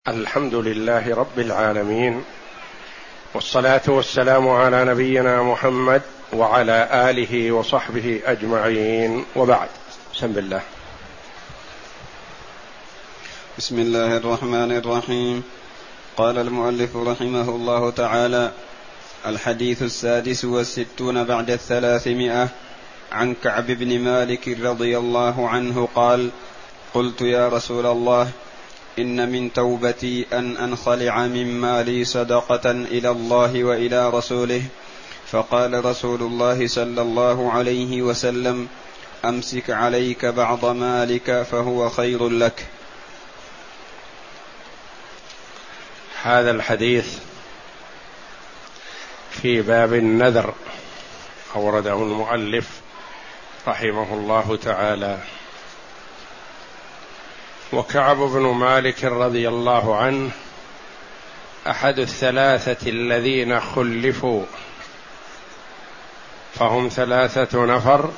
الحمد لله رب العالمين، والصلاة والسلام على نبينا محمد وعلى آله وصحبه أجمعين، وبعد. بسم الله. بسم الله الرحمن الرحيم. قال المؤلف رحمه الله تعالى: الحديث 66 بعد 300 عن كعب بن مالك رضي الله عنه قال: قلت يا رسول الله، إن من توبتي أن أنخلع من مالي صدقة إلى الله وإلى رسوله، فقال رسول الله صلى الله عليه وسلم: أمسك عليك بعض مالك فهو خير لك. هذا الحديث في باب النذر أورده المؤلف رحمه الله تعالى. وكعب بن مالك رضي الله عنه أحد الثلاثة الذين خلفوا، فهم 3 نفر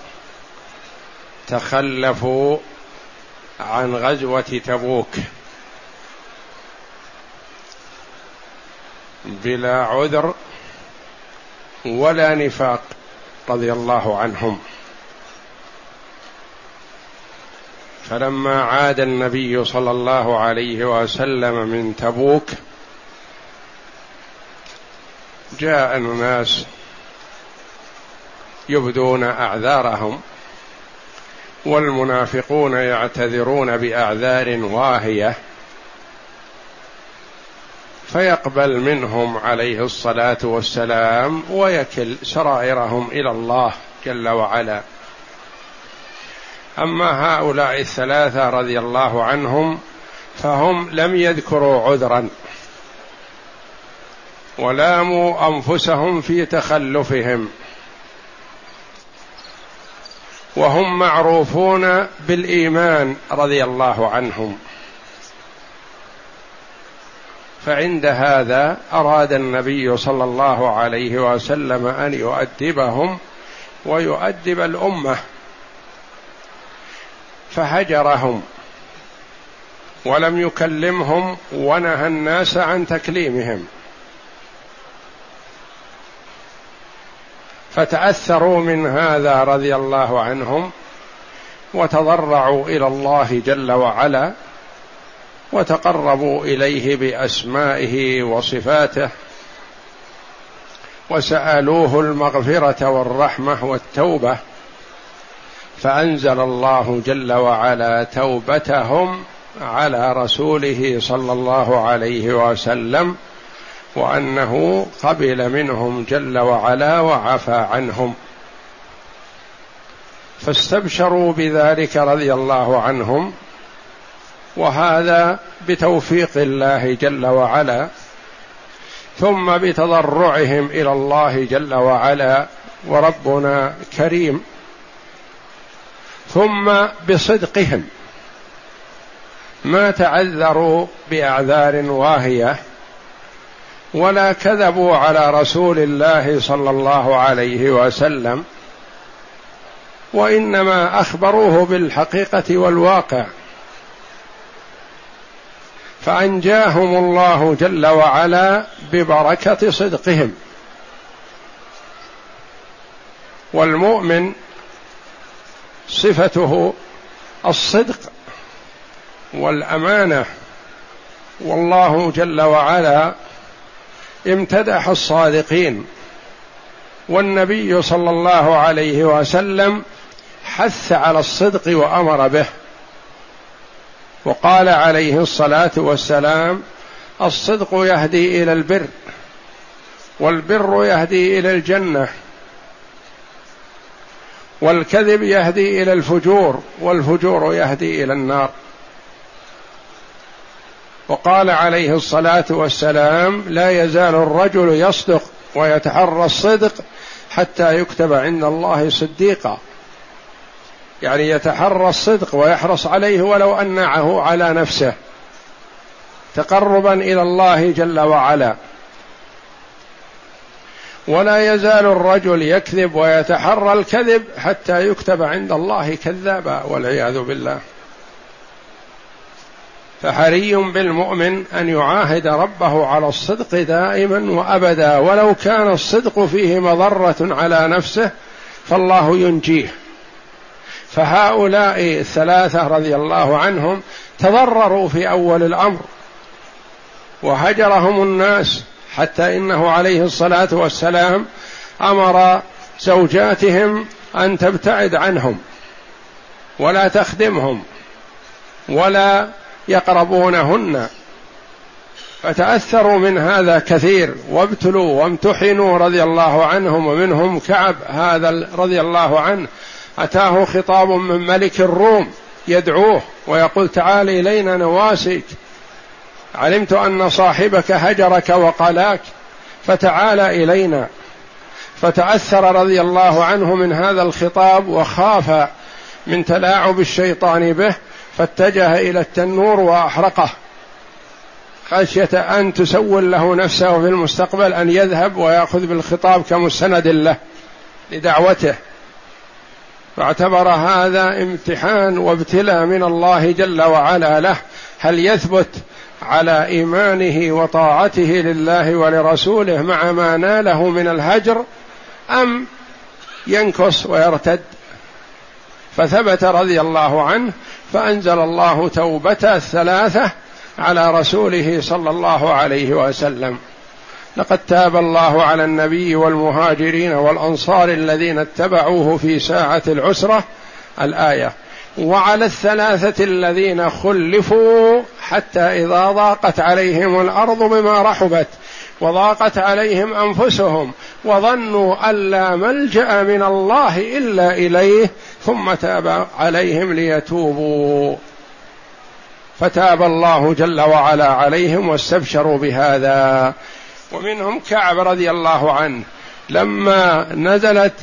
تخلفوا عن غزوة تبوك بلا عذر ولا نفاق رضي الله عنهم. فلما عاد النبي صلى الله عليه وسلم من تبوك جاء الناس يبدون أعذارهم، والمنافقون يعتذرون بأعذار واهية، فيقبل منهم عليه الصلاة والسلام ويكل سرائرهم إلى الله جل وعلا. أما هؤلاء 3 رضي الله عنهم فهم لم يذكروا عذرا ولاموا أنفسهم في تخلفهم، وهم معروفون بالإيمان رضي الله عنهم. فعند هذا أراد النبي صلى الله عليه وسلم أن يؤدبهم ويؤدب الأمة، فهجرهم ولم يكلمهم ونهى الناس عن تكليمهم، فتأثروا من هذا رضي الله عنهم وتضرعوا إلى الله جل وعلا وتقربوا إليه بأسمائه وصفاته، وسألوه المغفرة والرحمة والتوبة، فأنزل الله جل وعلا توبتهم على رسوله صلى الله عليه وسلم، وأنه قبل منهم جل وعلا وعفى عنهم، فاستبشروا بذلك رضي الله عنهم. وهذا بتوفيق الله جل وعلا، ثم بتضرعهم إلى الله جل وعلا، وربنا كريم، ثم بصدقهم، ما تعذروا بأعذار واهية ولا كذبوا على رسول الله صلى الله عليه وسلم، وإنما أخبروه بالحقيقة والواقع، فأنجاهم الله جل وعلا ببركة صدقهم. والمؤمن صفته الصدق والأمانة، والله جل وعلا امتدح الصادقين، والنبي صلى الله عليه وسلم حث على الصدق وأمر به، وقال عليه الصلاة والسلام: الصدق يهدي إلى البر، والبر يهدي إلى الجنة، والكذب يهدي إلى الفجور، والفجور يهدي إلى النار. وقال عليه الصلاة والسلام: لا يزال الرجل يصدق ويتحرى الصدق حتى يكتب عند الله صديقا، يعني يتحرى الصدق ويحرص عليه ولو أنعه على نفسه تقربا إلى الله جل وعلا. ولا يزال الرجل يكذب ويتحرى الكذب حتى يكتب عند الله كذابا، والعياذ بالله. فحري بالمؤمن أن يعاهد ربه على الصدق دائما وأبدا، ولو كان الصدق فيه مضرة على نفسه فالله ينجيه. فهؤلاء الثلاثة رضي الله عنهم تضرروا في أول الأمر وهجرهم الناس، حتى إنه عليه الصلاة والسلام أمر زوجاتهم أن تبتعد عنهم ولا تخدمهم ولا يقربونهن، فتأثروا من هذا كثير وابتلوا وامتحنوا رضي الله عنهم. ومنهم كعب هذا رضي الله عنه أتاه خطاب من ملك الروم يدعوه ويقول تعال إلينا نواسيك، علمت أن صاحبك هجرك وقلاك فتعال إلينا. فتأثر رضي الله عنه من هذا الخطاب وخاف من تلاعب الشيطان به، فاتجه إلى التنور وأحرقه خشية أن تسول له نفسه في المستقبل أن يذهب ويأخذ بالخطاب كمستند له لدعوته. فاعتبر هذا امتحان وابتلاء من الله جل وعلا له، هل يثبت على إيمانه وطاعته لله ولرسوله مع ما ناله من الهجر أم ينكص ويرتد. فثبت رضي الله عنه، فأنزل الله توبة الثلاثة على رسوله صلى الله عليه وسلم: لقد تاب الله على النبي والمهاجرين والأنصار الذين اتبعوه في ساعة العسرة، الآية، وعلى الثلاثة الذين خلفوا حتى إذا ضاقت عليهم الأرض بما رحبت وضاقت عليهم أنفسهم وظنوا أن لا ملجأ من الله إلا إليه ثم تاب عليهم ليتوبوا، فتاب الله جل وعلا عليهم واستبشروا بهذا. ومنهم كعب رضي الله عنه لما نزلت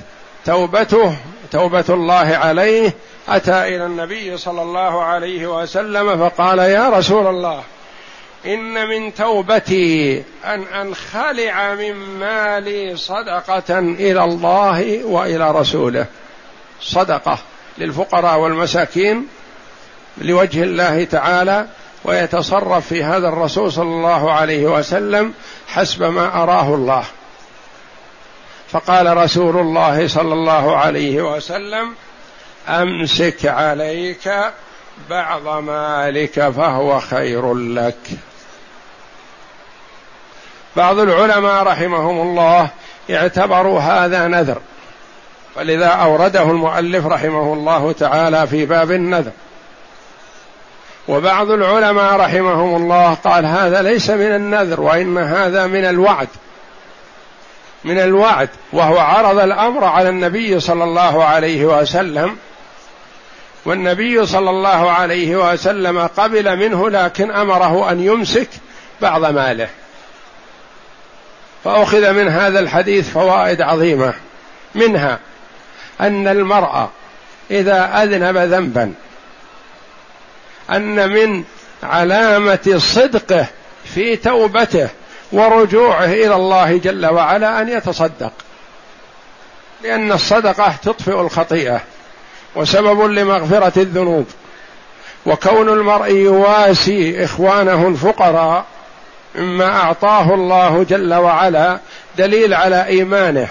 توبة الله عليه أتى إلى النبي صلى الله عليه وسلم فقال: يا رسول الله، إن من توبتي أن أنخلع من مالي صدقة إلى الله وإلى رسوله، صدقة للفقراء والمساكين لوجه الله تعالى، ويتصرف في هذا الرسول صلى الله عليه وسلم حسب ما أراه الله. فقال رسول الله صلى الله عليه وسلم: أمسك عليك بعض مالك فهو خير لك. بعض العلماء رحمهم الله اعتبروا هذا نذر، فلذا أورده المؤلف رحمه الله تعالى في باب النذر. وبعض العلماء رحمهم الله قال هذا ليس من النذر، وإن هذا من الوعد، وهو عرض الأمر على النبي صلى الله عليه وسلم، والنبي صلى الله عليه وسلم قبل منه لكن أمره أن يمسك بعض ماله. فأخذ من هذا الحديث فوائد عظيمة، منها أن المرء إذا أذنب ذنبا أن من علامة صدقه في توبته ورجوعه إلى الله جل وعلا أن يتصدق، لأن الصدقة تطفئ الخطيئة وسبب لمغفرة الذنوب. وكون المرء يواسي إخوانه الفقراء مما أعطاه الله جل وعلا دليل على إيمانه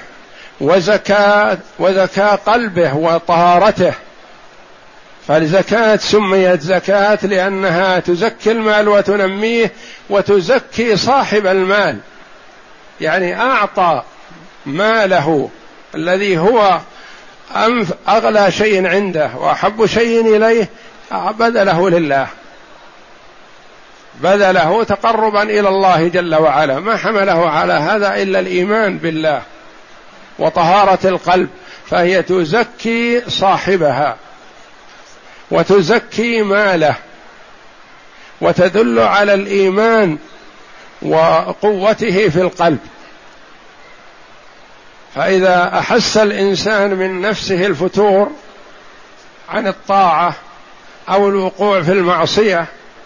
وزكاة قلبه وطهارته. فالزكاة سميت زكاة لأنها تزكي المال وتنميه وتزكي صاحب المال، يعني أعطى ماله الذي هو أغلى شيء عنده وأحب شيء إليه، بذله لله، بذله تقربا إلى الله جل وعلا، ما حمله على هذا إلا الإيمان بالله وطهارة القلب، فهي تزكي صاحبها وتزكي ماله وتدل على الإيمان وقوته في القلب. فإذا أحس الإنسان من نفسه الفتور عن الطاعة أو الوقوع في المعصية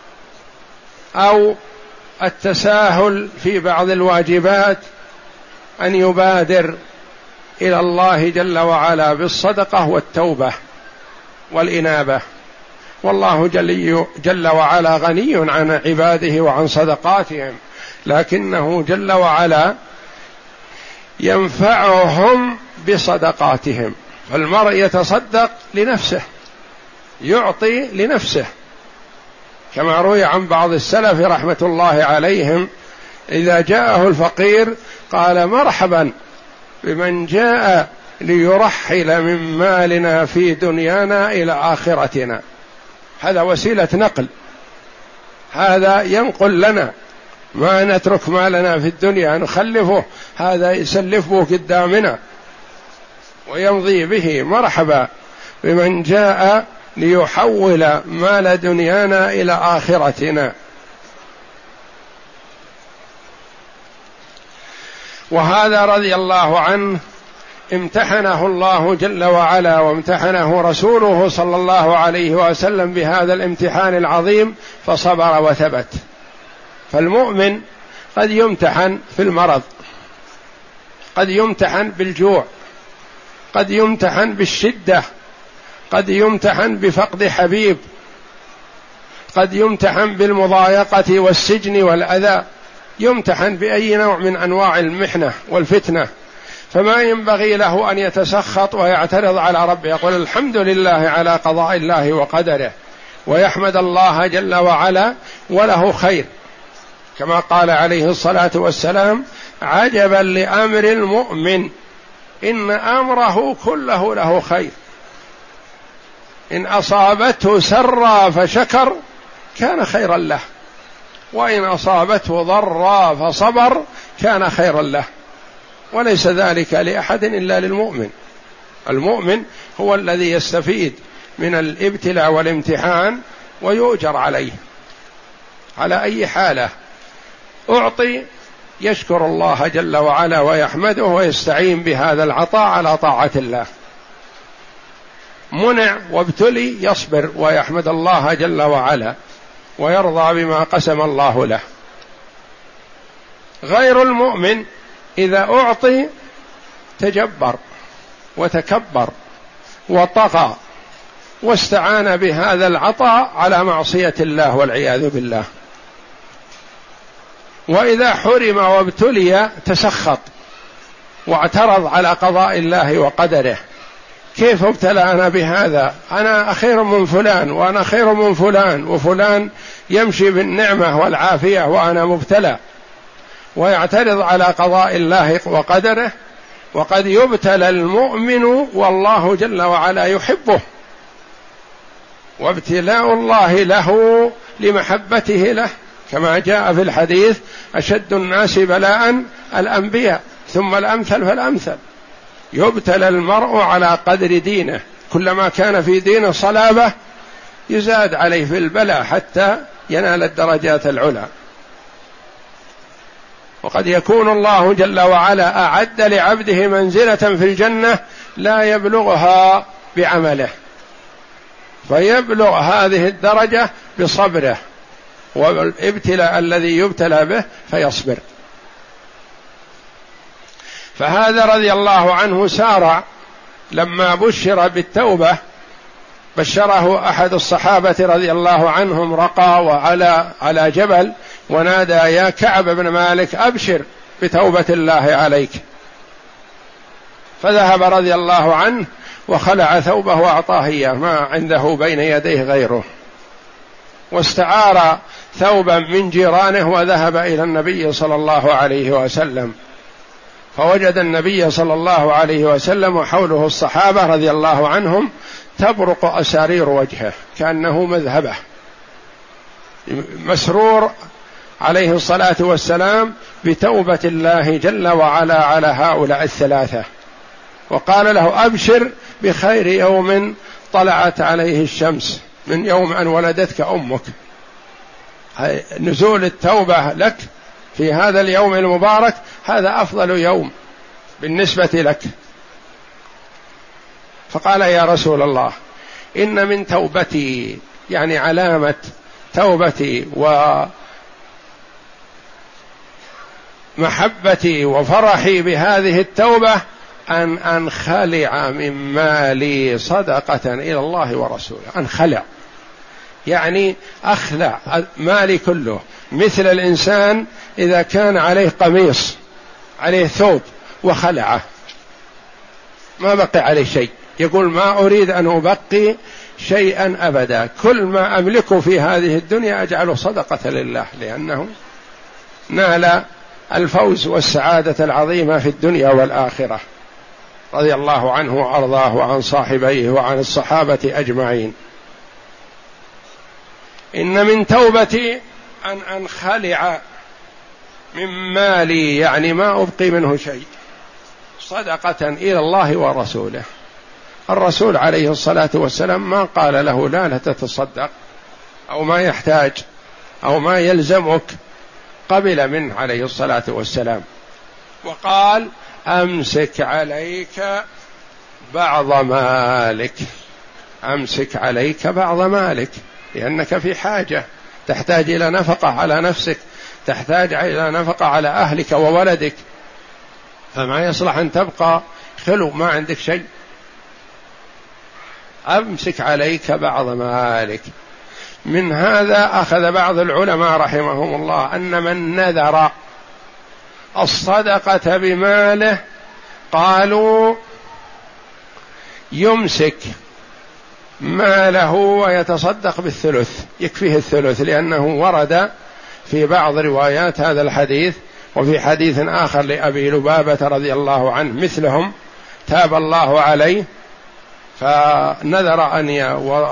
أو التساهل في بعض الواجبات، أن يبادر إلى الله جل وعلا بالصدقة والتوبة والإنابة، والله جل وعلا غني عن عباده وعن صدقاتهم، لكنه جل وعلا ينفعهم بصدقاتهم. فالمرء يتصدق لنفسه، يعطي لنفسه، كما روي عن بعض السلف رحمة الله عليهم إذا جاءه الفقير قال مرحبا بمن جاء ليرحل من مالنا في دنيانا إلى آخرتنا. هذا وسيلة نقل، هذا ينقل لنا، ما نترك مالنا في الدنيا نخلفه، هذا يسلفه قدامنا ويمضي به. مرحبا بمن جاء ليحول مال دنيانا إلى آخرتنا. وهذا رضي الله عنه امتحنه الله جل وعلا وامتحنه رسوله صلى الله عليه وسلم بهذا الامتحان العظيم فصبر وثبت. فالمؤمن قد يمتحن في المرض، قد يمتحن بالجوع، قد يمتحن بالشدة، قد يمتحن بفقد حبيب، قد يمتحن بالمضايقة والسجن والأذى، يمتحن بأي نوع من أنواع المحنة والفتنة. فما ينبغي له أن يتسخط ويعترض على ربه، يقول الحمد لله على قضاء الله وقدره، ويحمد الله جل وعلا وله خير، كما قال عليه الصلاة والسلام عجبا لأمر المؤمن إن أمره كله له خير، إن أصابته سرا فشكر كان خيرا له، وإن أصابته ضرا فصبر كان خيرا له. وليس ذلك لأحد إلا للمؤمن. المؤمن هو الذي يستفيد من الابتلاء والامتحان ويؤجر عليه على أي حالة. أعطي يشكر الله جل وعلا ويحمده ويستعين بهذا العطاء على طاعة الله. منع وابتلي يصبر ويحمد الله جل وعلا ويرضى بما قسم الله له. غير المؤمن إذا أعطي تجبر وتكبر وطغى واستعان بهذا العطاء على معصية الله والعياذ بالله. وإذا حرم وابتلي تسخط واعترض على قضاء الله وقدره، كيف ابتلأنا بهذا؟ أنا خير من فلان وأنا خير من فلان، وفلان يمشي بالنعمة والعافية وأنا مبتلى، ويعترض على قضاء الله وقدره. وقد يبتلى المؤمن والله جل وعلا يحبه، وابتلاء الله له لمحبته له، كما جاء في الحديث أشد الناس بلاء الأنبياء ثم الأمثل فالأمثل. يبتلى المرء على قدر دينه، كلما كان في دينه صلابة يزاد عليه في البلاء حتى ينال الدرجات العلى. وقد يكون الله جل وعلا أعد لعبده منزلة في الجنة لا يبلغها بعمله، فيبلغ هذه الدرجة بصبره والابتلاء الذي يبتلى به فيصبر. فهذا رضي الله عنه سارع لما بشر بالتوبة، بشره أحد الصحابة رضي الله عنهم، رقى على جبل ونادى يا كعب بن مالك أبشر بتوبة الله عليك، فذهب رضي الله عنه وخلع ثوبه وأعطاه إياه، ما عنده بين يديه غيره، واستعار ثوبا من جيرانه وذهب إلى النبي صلى الله عليه وسلم، فوجد النبي صلى الله عليه وسلم وحوله الصحابة رضي الله عنهم تبرق أسارير وجهه كأنه مذهبه، مسرور عليه الصلاة والسلام بتوبة الله جل وعلا على هؤلاء الثلاثة. وقال له أبشر بخير يوم طلعت عليه الشمس من يوم أن ولدتك أمك، نزول التوبة لك في هذا اليوم المبارك هذا أفضل يوم بالنسبة لك. فقال يا رسول الله إن من توبتي، يعني علامة توبتي ومحبتي وفرحي بهذه التوبة أن أنخلع من مالي صدقة إلى الله ورسوله. أنخلع يعني أخلع مالي كله، مثل الإنسان إذا كان عليه قميص، عليه ثوب وخلعه ما بقي عليه شيء، يقول ما أريد أن أبقي شيئا أبدا، كل ما أملكه في هذه الدنيا أجعله صدقة لله، لأنه نال الفوز والسعادة العظيمة في الدنيا والآخرة، رضي الله عنه وأرضاه وعن صاحبيه وعن الصحابة أجمعين. إن من توبتي أن أنخلع من مالي، يعني ما أبقي منه شيء، صدقة إلى الله ورسوله. الرسول عليه الصلاة والسلام ما قال له لا تتصدق أو ما يحتاج أو ما يلزمك، قبل منه عليه الصلاة والسلام، وقال أمسك عليك بعض مالك، أمسك عليك بعض مالك، لأنك في حاجة، تحتاج إلى نفقة على نفسك، تحتاج إلى نفقة على أهلك وولدك، فما يصلح أن تبقى خلو ما عندك شيء. أمسك عليك بعض مالك. من هذا أخذ بعض العلماء رحمهم الله أن من نذر الصدقة بماله قالوا يمسك ماله ويتصدق بالثلث، يكفيه الثلث، لأنه ورد في بعض روايات هذا الحديث، وفي حديث آخر لأبي لبابة رضي الله عنه مثلهم تاب الله عليه، فنذر أن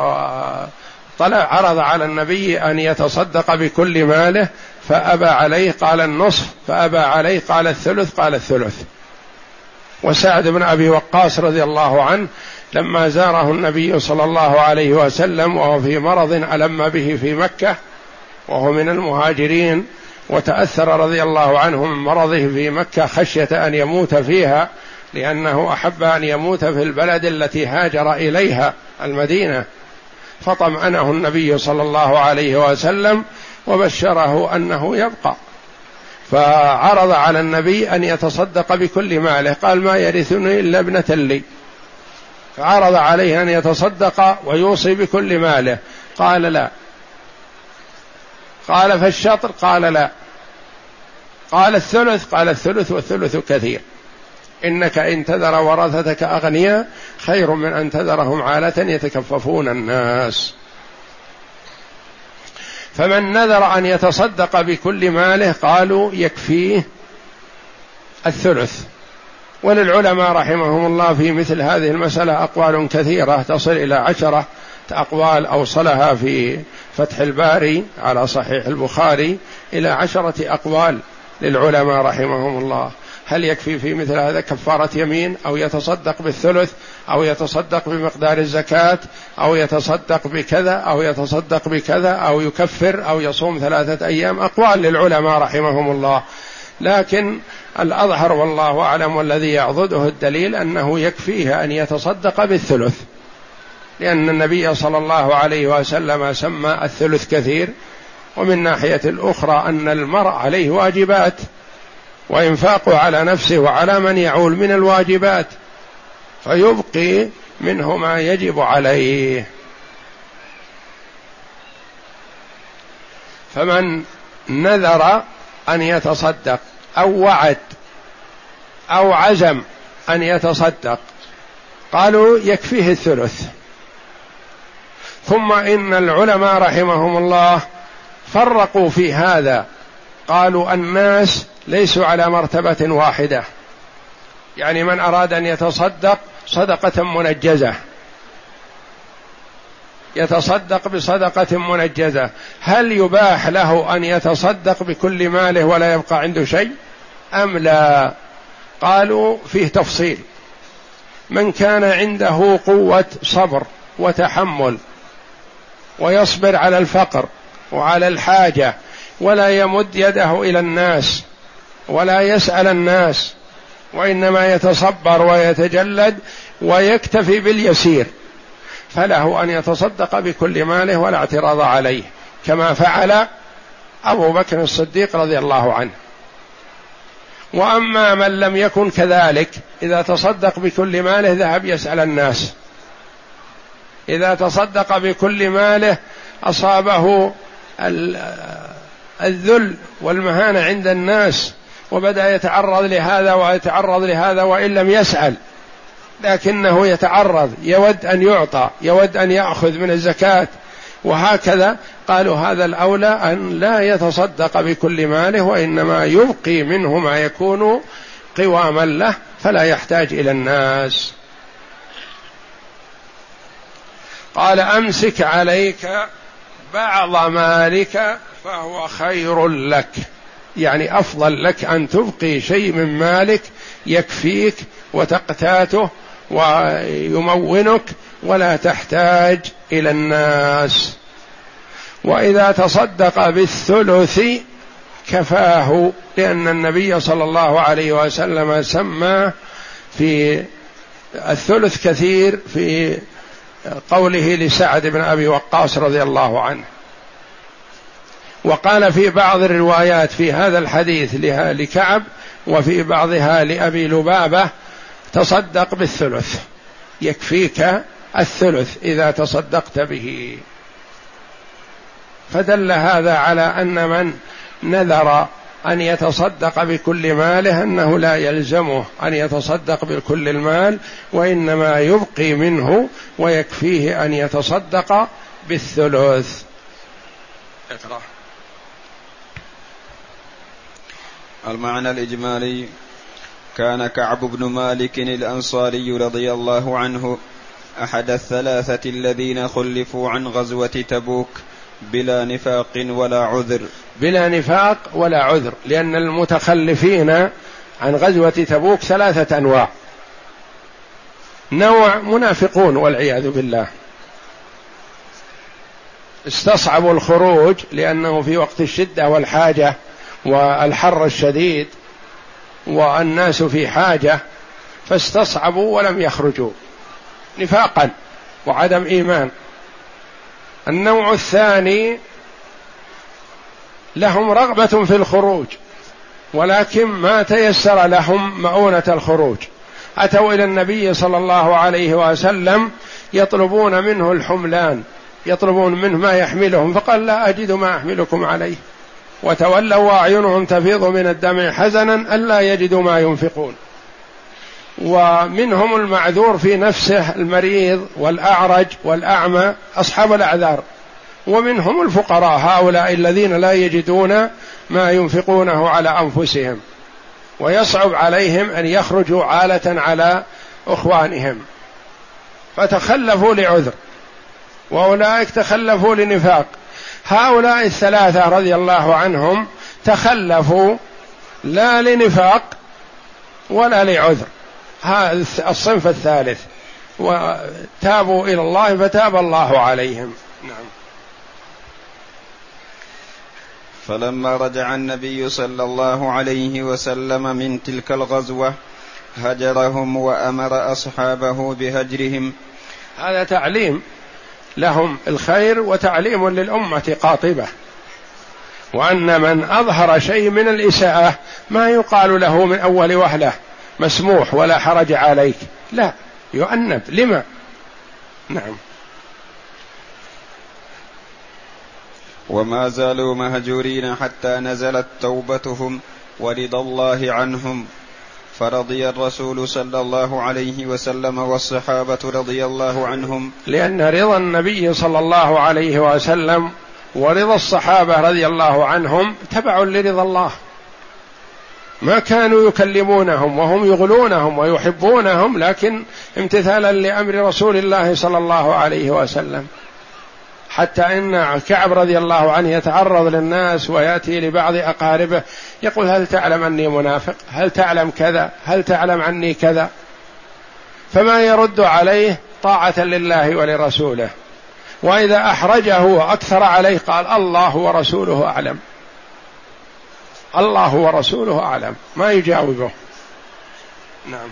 عرض على النبي أن يتصدق بكل ماله فأبى عليه، قال النصف، فأبى عليه قال الثلث، قال الثلث. وسعد بن أبي وقاص رضي الله عنه لما زاره النبي صلى الله عليه وسلم وهو في مرض ألم به في مكة وهو من المهاجرين، وتأثر رضي الله عنه من مرضه في مكة خشية أن يموت فيها، لأنه أحب أن يموت في البلد التي هاجر إليها المدينة، فطمأنه النبي صلى الله عليه وسلم وبشره أنه يبقى، فعرض على النبي أن يتصدق بكل ماله، قال ما يرثني إلا ابنة لي، فعرض عليه أن يتصدق ويوصي بكل ماله، قال لا، قال فالشطر، قال لا، قال الثلث، قال الثلث والثلث كثير، إنك إن تذر ورثتك أغنياء خير من أن تذرهم عالة يتكففون الناس. فمن نذر أن يتصدق بكل ماله قالوا يكفيه الثلث. وللعلماء رحمهم الله في مثل هذه المسألة أقوال كثيرة تصل إلى 10 أقوال، أوصلها في فتح الباري على صحيح البخاري إلى 10 أقوال للعلماء رحمهم الله. هل يكفي في مثل هذا كفارة يمين، أو يتصدق بالثلث، أو يتصدق بمقدار الزكاة، أو يتصدق بكذا، أو يتصدق بكذا، أو يكفر، أو يصوم 3 أيام؟ أقوال للعلماء رحمهم الله، لكن الأظهر والله أعلم والذي يعضده الدليل أنه يكفيه أن يتصدق بالثلث، لأن النبي صلى الله عليه وسلم سمى الثلث كثير. ومن ناحية الأخرى أن المرء عليه واجبات، وإنفاقه على نفسه وعلى من يعول من الواجبات، فيبقي منه ما يجب عليه. فمن نذر أن يتصدق أو وعد أو عزم أن يتصدق قالوا يكفيه الثلث. ثم إن العلماء رحمهم الله فرقوا في هذا، قالوا الناس ليسوا على مرتبة واحدة، يعني من أراد أن يتصدق صدقة منجزة يتصدق بصدقة منجزة، هل يباح له أن يتصدق بكل ماله ولا يبقى عنده شيء أم لا؟ قالوا فيه تفصيل. من كان عنده قوة صبر وتحمل ويصبر على الفقر وعلى الحاجة، ولا يمد يده إلى الناس ولا يسأل الناس، وإنما يتصبر ويتجلد ويكتفي باليسير، فله أن يتصدق بكل ماله ولا اعتراض عليه، كما فعل أبو بكر الصديق رضي الله عنه. وأما من لم يكن كذلك، إذا تصدق بكل ماله ذهب يسأل الناس، إذا تصدق بكل ماله أصابه الذل والمهانة عند الناس وبدأ يتعرض لهذا ويتعرض لهذا وإن لم يسأل، لكنه يتعرض، يود أن يعطى، يود أن يأخذ من الزكاة وهكذا، قالوا هذا الأولى أن لا يتصدق بكل ماله، وإنما يبقي منه ما يكون قواما له فلا يحتاج إلى الناس. قال أمسك عليك بعض مالك فهو خير لك، يعني أفضل لك أن تبقي شيء من مالك يكفيك وتقتاته ويمونك ولا تحتاج إلى الناس. وإذا تصدق بالثلث كفاه، لأن النبي صلى الله عليه وسلم سمى في الثلث كثير في قوله لسعد بن أبي وقاص رضي الله عنه. وقال في بعض الروايات في هذا الحديث لكعب وفي بعضها لأبي لبابة تصدق بالثلث، يكفيك الثلث إذا تصدقت به. فدل هذا على أن من نذر أن يتصدق بكل ماله أنه لا يلزمه أن يتصدق بكل المال، وإنما يبقي منه ويكفيه أن يتصدق بالثلث. اقرأ. المعنى الإجمالي: كان كعب بن مالك الأنصاري رضي الله عنه أحد الثلاثة الذين خلفوا عن غزوة تبوك بلا نفاق ولا عذر. بلا نفاق ولا عذر، لأن المتخلفين عن غزوة تبوك ثلاثة أنواع: نوع منافقون والعياذ بالله، استصعبوا الخروج لأنه في وقت الشدة والحاجة والحر الشديد والناس في حاجة فاستصعبوا ولم يخرجوا نفاقا وعدم إيمان. النوع الثاني لهم رغبة في الخروج ولكن ما تيسر لهم مؤونة الخروج، أتوا إلى النبي صلى الله عليه وسلم يطلبون منه الحملان، يطلبون منه ما يحملهم، فقال لا أجد ما أحملكم عليه، وتولوا وأعينهم تفيض من الدمع حزنا ألا يجدوا ما ينفقون. ومنهم المعذور في نفسه، المريض والأعرج والأعمى، أصحاب الأعذار. ومنهم الفقراء، هؤلاء الذين لا يجدون ما ينفقونه على أنفسهم ويصعب عليهم أن يخرجوا عالة على أخوانهم، فتخلفوا لعذر، وأولئك تخلفوا لنفاق. هؤلاء الثلاثة رضي الله عنهم تخلفوا لا لنفاق ولا لعذر، هذا الصنف الثالث، وتابوا إلى الله فتاب الله عليهم. نعم. فلما رجع النبي صلى الله عليه وسلم من تلك الغزوة هجرهم وأمر أصحابه بهجرهم. هذا تعليم لهم الخير وتعليم للأمة قاطبة، وأن من أظهر شيء من الإساءة ما يقال له من أول وهلة مسموح ولا حرج عليك، لا، يؤنب. لما؟ نعم. وما زالوا مهجورين حتى نزلت توبتهم ورضى الله عنهم، فرضي الرسول صلى الله عليه وسلم والصحابة رضي الله عنهم، لأن رضا النبي صلى الله عليه وسلم ورضا الصحابة رضي الله عنهم تبع لرضا الله، ما كانوا يكلمونهم وهم يغلونهم ويحبونهم، لكن امتثالا لأمر رسول الله صلى الله عليه وسلم. حتى إن كعب رضي الله عنه يتعرض للناس ويأتي لبعض أقاربه يقول هل تعلم أني منافق؟ هل تعلم كذا؟ هل تعلم عني كذا؟ فما يرد عليه طاعة لله ولرسوله. وإذا أحرجه وأكثر عليه قال الله ورسوله أعلم، الله ورسوله أعلم، ما يجاوبه. نعم.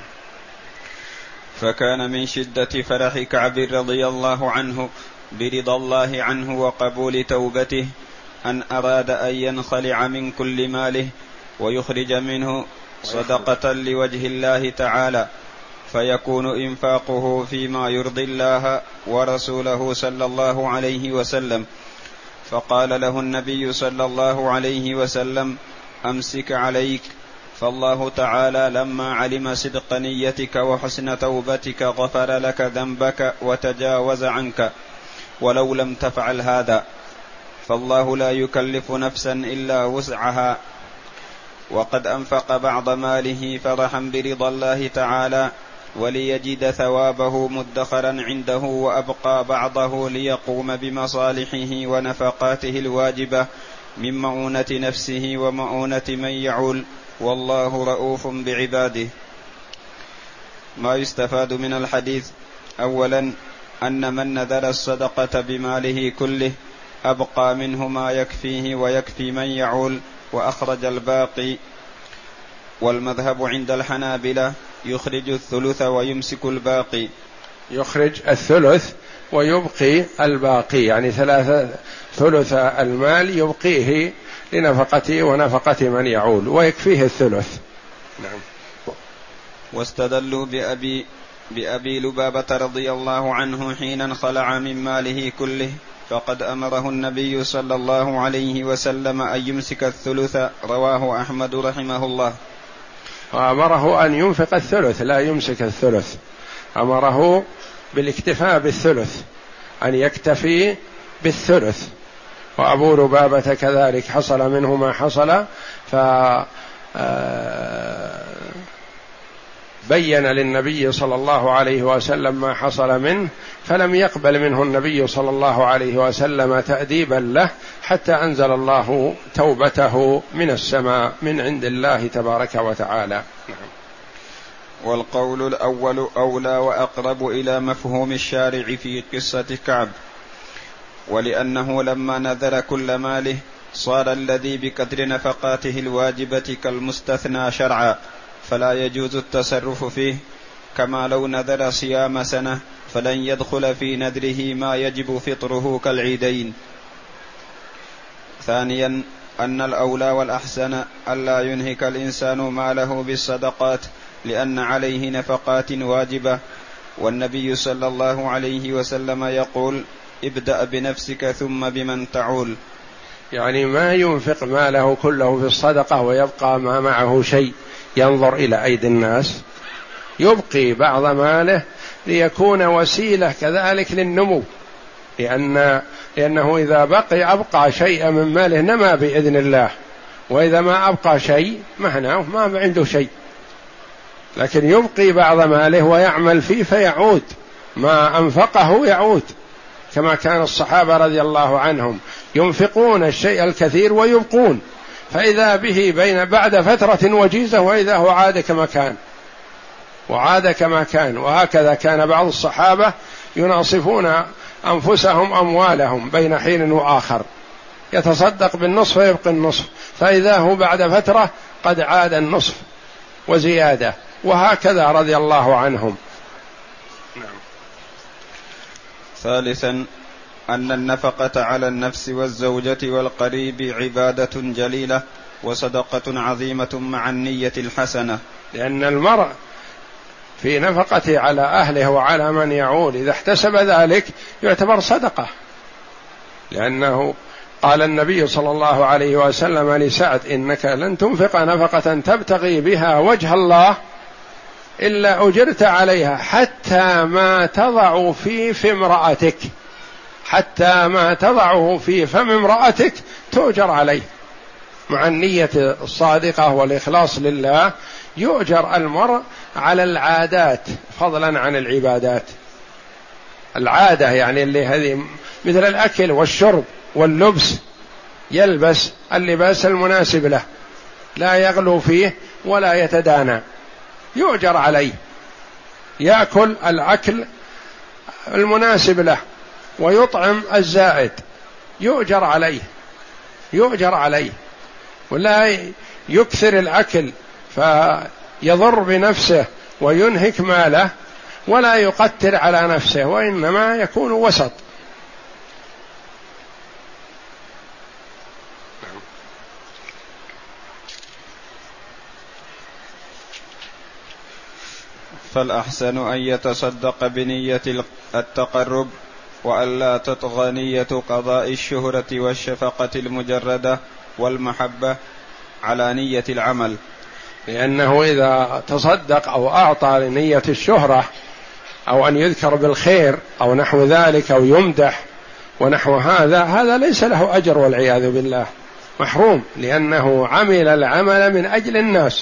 فكان من شدة فرح كعب رضي الله عنه برضا الله عنه وقبول توبته أن أراد أن ينخلع من كل ماله ويخرج منه صدقة لوجه الله تعالى، فيكون إنفاقه فيما يرضي الله ورسوله صلى الله عليه وسلم، فقال له النبي صلى الله عليه وسلم: أمسك عليك، فالله تعالى لما علم صدق نيتك وحسن توبتك غفر لك ذنبك وتجاوز عنك، ولو لم تفعل هذا فالله لا يكلف نفسا إلا وسعها. وقد أنفق بعض ماله فرحا برضا الله تعالى وليجد ثوابه مدخرا عنده، وأبقى بعضه ليقوم بمصالحه ونفقاته الواجبة من مؤونة نفسه ومؤونة من يعول، والله رؤوف بعباده. ما يستفاد من الحديث: أولا أن من نذر الصدقة بماله كله أبقى منه ما يكفيه ويكفي من يعول وأخرج الباقي. والمذهب عند الحنابلة يخرج الثلث ويمسك الباقي. يخرج الثلث ويبقي الباقي، يعني ثلث المال يبقيه لنفقته ونفقة من يعول ويكفيه الثلث. نعم. واستدلوا بأبي لبابة رضي الله عنه حين انخلع من ماله كله، فقد أمره النبي صلى الله عليه وسلم أن يمسك الثلث، رواه أحمد رحمه الله. وأمره أن ينفق الثلث لا يمسك الثلث، أمره بالاكتفاء بالثلث، أن يكتفي بالثلث. وأبو لبابة كذلك حصل منه ما حصل، بين للنبي صلى الله عليه وسلم ما حصل منه، فلم يقبل منه النبي صلى الله عليه وسلم تأديبا له حتى أنزل الله توبته من السماء من عند الله تبارك وتعالى. والقول الأول أولى وأقرب إلى مفهوم الشارع في قصة كعب، ولأنه لما نذر كل ماله صار الذي بقدر نفقاته الواجبة كالمستثنى شرعا، فلا يجوز التصرف فيه، كما لو نذر صيام سنة فلن يدخل في نذره ما يجب فطره كالعيدين. ثانيا أن الأولى والأحسن ألا ينهك الإنسان ماله بالصدقات، لأن عليه نفقات واجبة، والنبي صلى الله عليه وسلم يقول: ابدأ بنفسك ثم بمن تعول. يعني ما ينفق ماله كله في الصدقة ويبقى ما معه شيء ينظر إلى أيدي الناس، يبقي بعض ماله ليكون وسيلة كذلك للنمو، لأنه إذا أبقى شيئا من ماله نما بإذن الله، وإذا ما أبقى شيء معناه ما عنده شيء، لكن يبقي بعض ماله ويعمل فيه فيعود، ما أنفقه يعود، كما كان الصحابة رضي الله عنهم ينفقون الشيء الكثير ويبقون، فإذا به بعد فترة وجيزة وإذا هو عاد كما كان. وهكذا كان بعض الصحابة يناصفون أنفسهم أموالهم بين حين وآخر، يتصدق بالنصف ويبقي النصف، فإذا هو بعد فترة قد عاد النصف وزيادة، وهكذا رضي الله عنهم. ثالثا أن النفقة على النفس والزوجة والقريب عبادة جليلة وصدقة عظيمة مع النية الحسنة، لأن المرء في نفقته على أهله وعلى من يعول إذا احتسب ذلك يعتبر صدقة، لأنه قال النبي صلى الله عليه وسلم لسعد: إنك لن تنفق نفقة تبتغي بها وجه الله إلا أجرت عليها حتى ما تضع في فم امرأتك، حتى ما تضعه في فم امرأتك تؤجر عليه. مع النية الصادقة والإخلاص لله يؤجر المرء على العادات فضلا عن العبادات. العادة يعني اللي هذه مثل الأكل والشرب واللبس، يلبس اللباس المناسب له لا يغلو فيه ولا يتدانى، يؤجر عليه. يأكل الأكل المناسب له ويطعم الزائد، يؤجر عليه، ولا يكثر الأكل فيضر بنفسه وينهك ماله، ولا يقتر على نفسه، وإنما يكون وسط. فالأحسن أن يتصدق بنية التقرب وألا تطغى نية قضاء الشهرة والشفقة المجردة والمحبة على نية العمل، لأنه إذا تصدق أو أعطى لنية الشهرة أو أن يذكر بالخير أو نحو ذلك أو يمدح ونحو هذا ليس له أجر والعياذ بالله، محروم، لأنه عمل العمل من أجل الناس،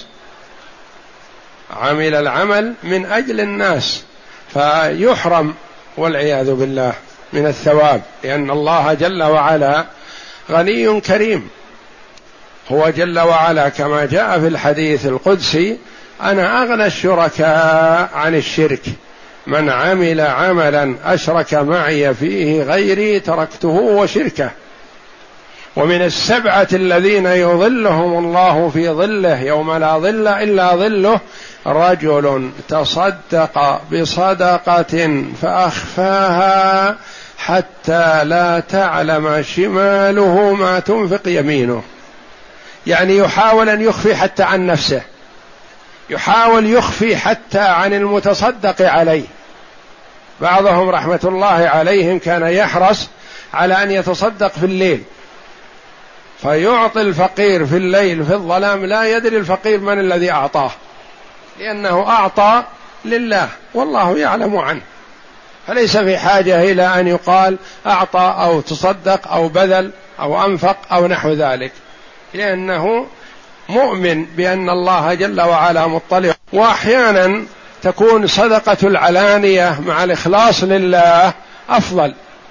عمل العمل من أجل الناس، فيحرم والعياذ بالله من الثواب، لأن الله جل وعلا غني كريم. هو جل وعلا كما جاء في الحديث القدسي: أنا أغنى الشركاء عن الشرك، من عمل عملا أشرك معي فيه غيري تركته وشركه. ومن السبعة الذين يظلهم الله في ظله يوم لا ظل إلا ظله: رجل تصدق بصدقة فأخفاها حتى لا تعلم شماله ما تنفق يمينه. يعني يحاول أن يخفي حتى عن نفسه، يحاول يخفي حتى عن المتصدق عليه. بعضهم رحمة الله عليهم كان يحرص على أن يتصدق في الليل، فيعطي الفقير في الليل في الظلام، لا يدري الفقير من الذي أعطاه، لأنه أعطى لله والله يعلم عنه، فليس في حاجة إلى أن يقال أعطى أو تصدق أو بذل أو أنفق أو نحو ذلك، لأنه مؤمن بأن الله جل وعلا مطلع. وأحيانا تكون صدقة العلانية مع الإخلاص لله أفضل،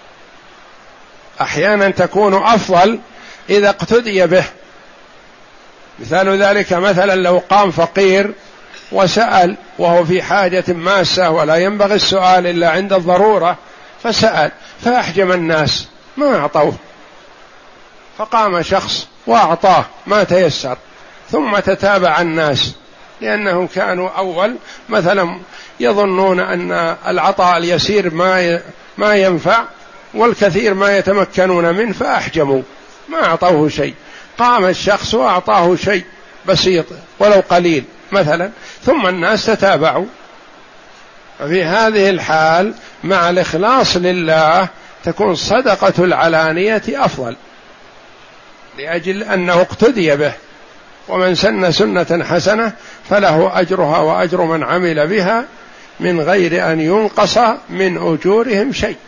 أحيانا تكون أفضل إذا اقتدي به. مثال ذلك مثلا لو قام فقير وسأل وهو في حاجة ماسة ولا ينبغي السؤال إلا عند الضرورة، فسأل فأحجم الناس ما أعطوه، فقام شخص وأعطاه ما تيسر، ثم تتابع الناس، لأنهم كانوا أول مثلا يظنون أن العطاء اليسير ما ينفع والكثير ما يتمكنون منه، فأحجموا ما أعطوه شيء. قام الشخص وأعطاه شيء بسيط ولو قليل مثلا، ثم الناس تتابعوا. ففي هذه الحال مع الإخلاص لله تكون صدقة العلانية أفضل، لأجل أنه اقتدي به. ومن سن سنة حسنة فله أجرها وأجر من عمل بها من غير أن ينقص من أجورهم شيء.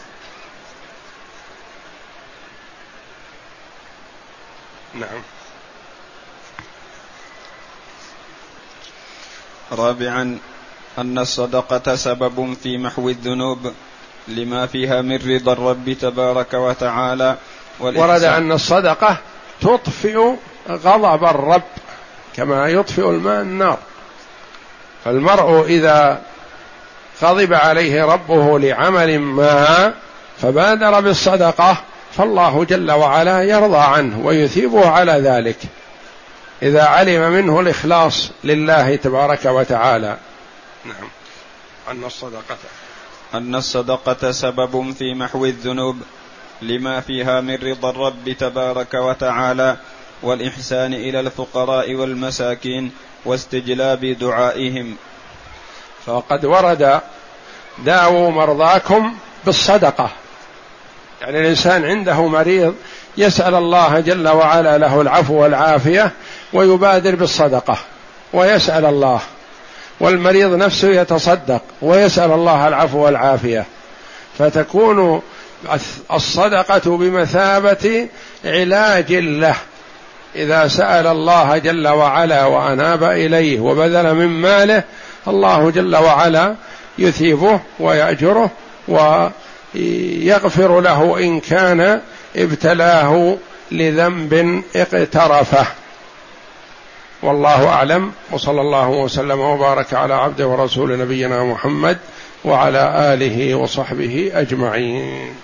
نعم. رابعا: أن الصدقة سبب في محو الذنوب لما فيها من رضا الرب تبارك وتعالى. ورد أن الصدقة تطفئ غضب الرب كما يطفئ الماء النار، فالمرء إذا غضب عليه ربه لعمل ما فبادر بالصدقة فالله جل وعلا يرضى عنه ويثيبه على ذلك إذا علم منه الإخلاص لله تبارك وتعالى. نعم. أن الصدقة سبب في محو الذنوب لما فيها من رضا الرب تبارك وتعالى والإحسان إلى الفقراء والمساكين واستجلاب دعائهم. فقد ورد: داووا مرضاكم بالصدقة، يعني الإنسان عنده مريض يسأل الله جل وعلا له العفو والعافية ويبادر بالصدقة ويسأل الله، والمريض نفسه يتصدق ويسأل الله العفو والعافية، فتكون الصدقة بمثابة علاج له. إذا سأل الله جل وعلا وأناب إليه وبذل من ماله الله جل وعلا يثيبه ويأجره ويغفر له إن كان ابتلاه لذنب اقترفه. والله أعلم، وصلى الله وسلم وبارك على عبده ورسول نبينا محمد وعلى آله وصحبه أجمعين.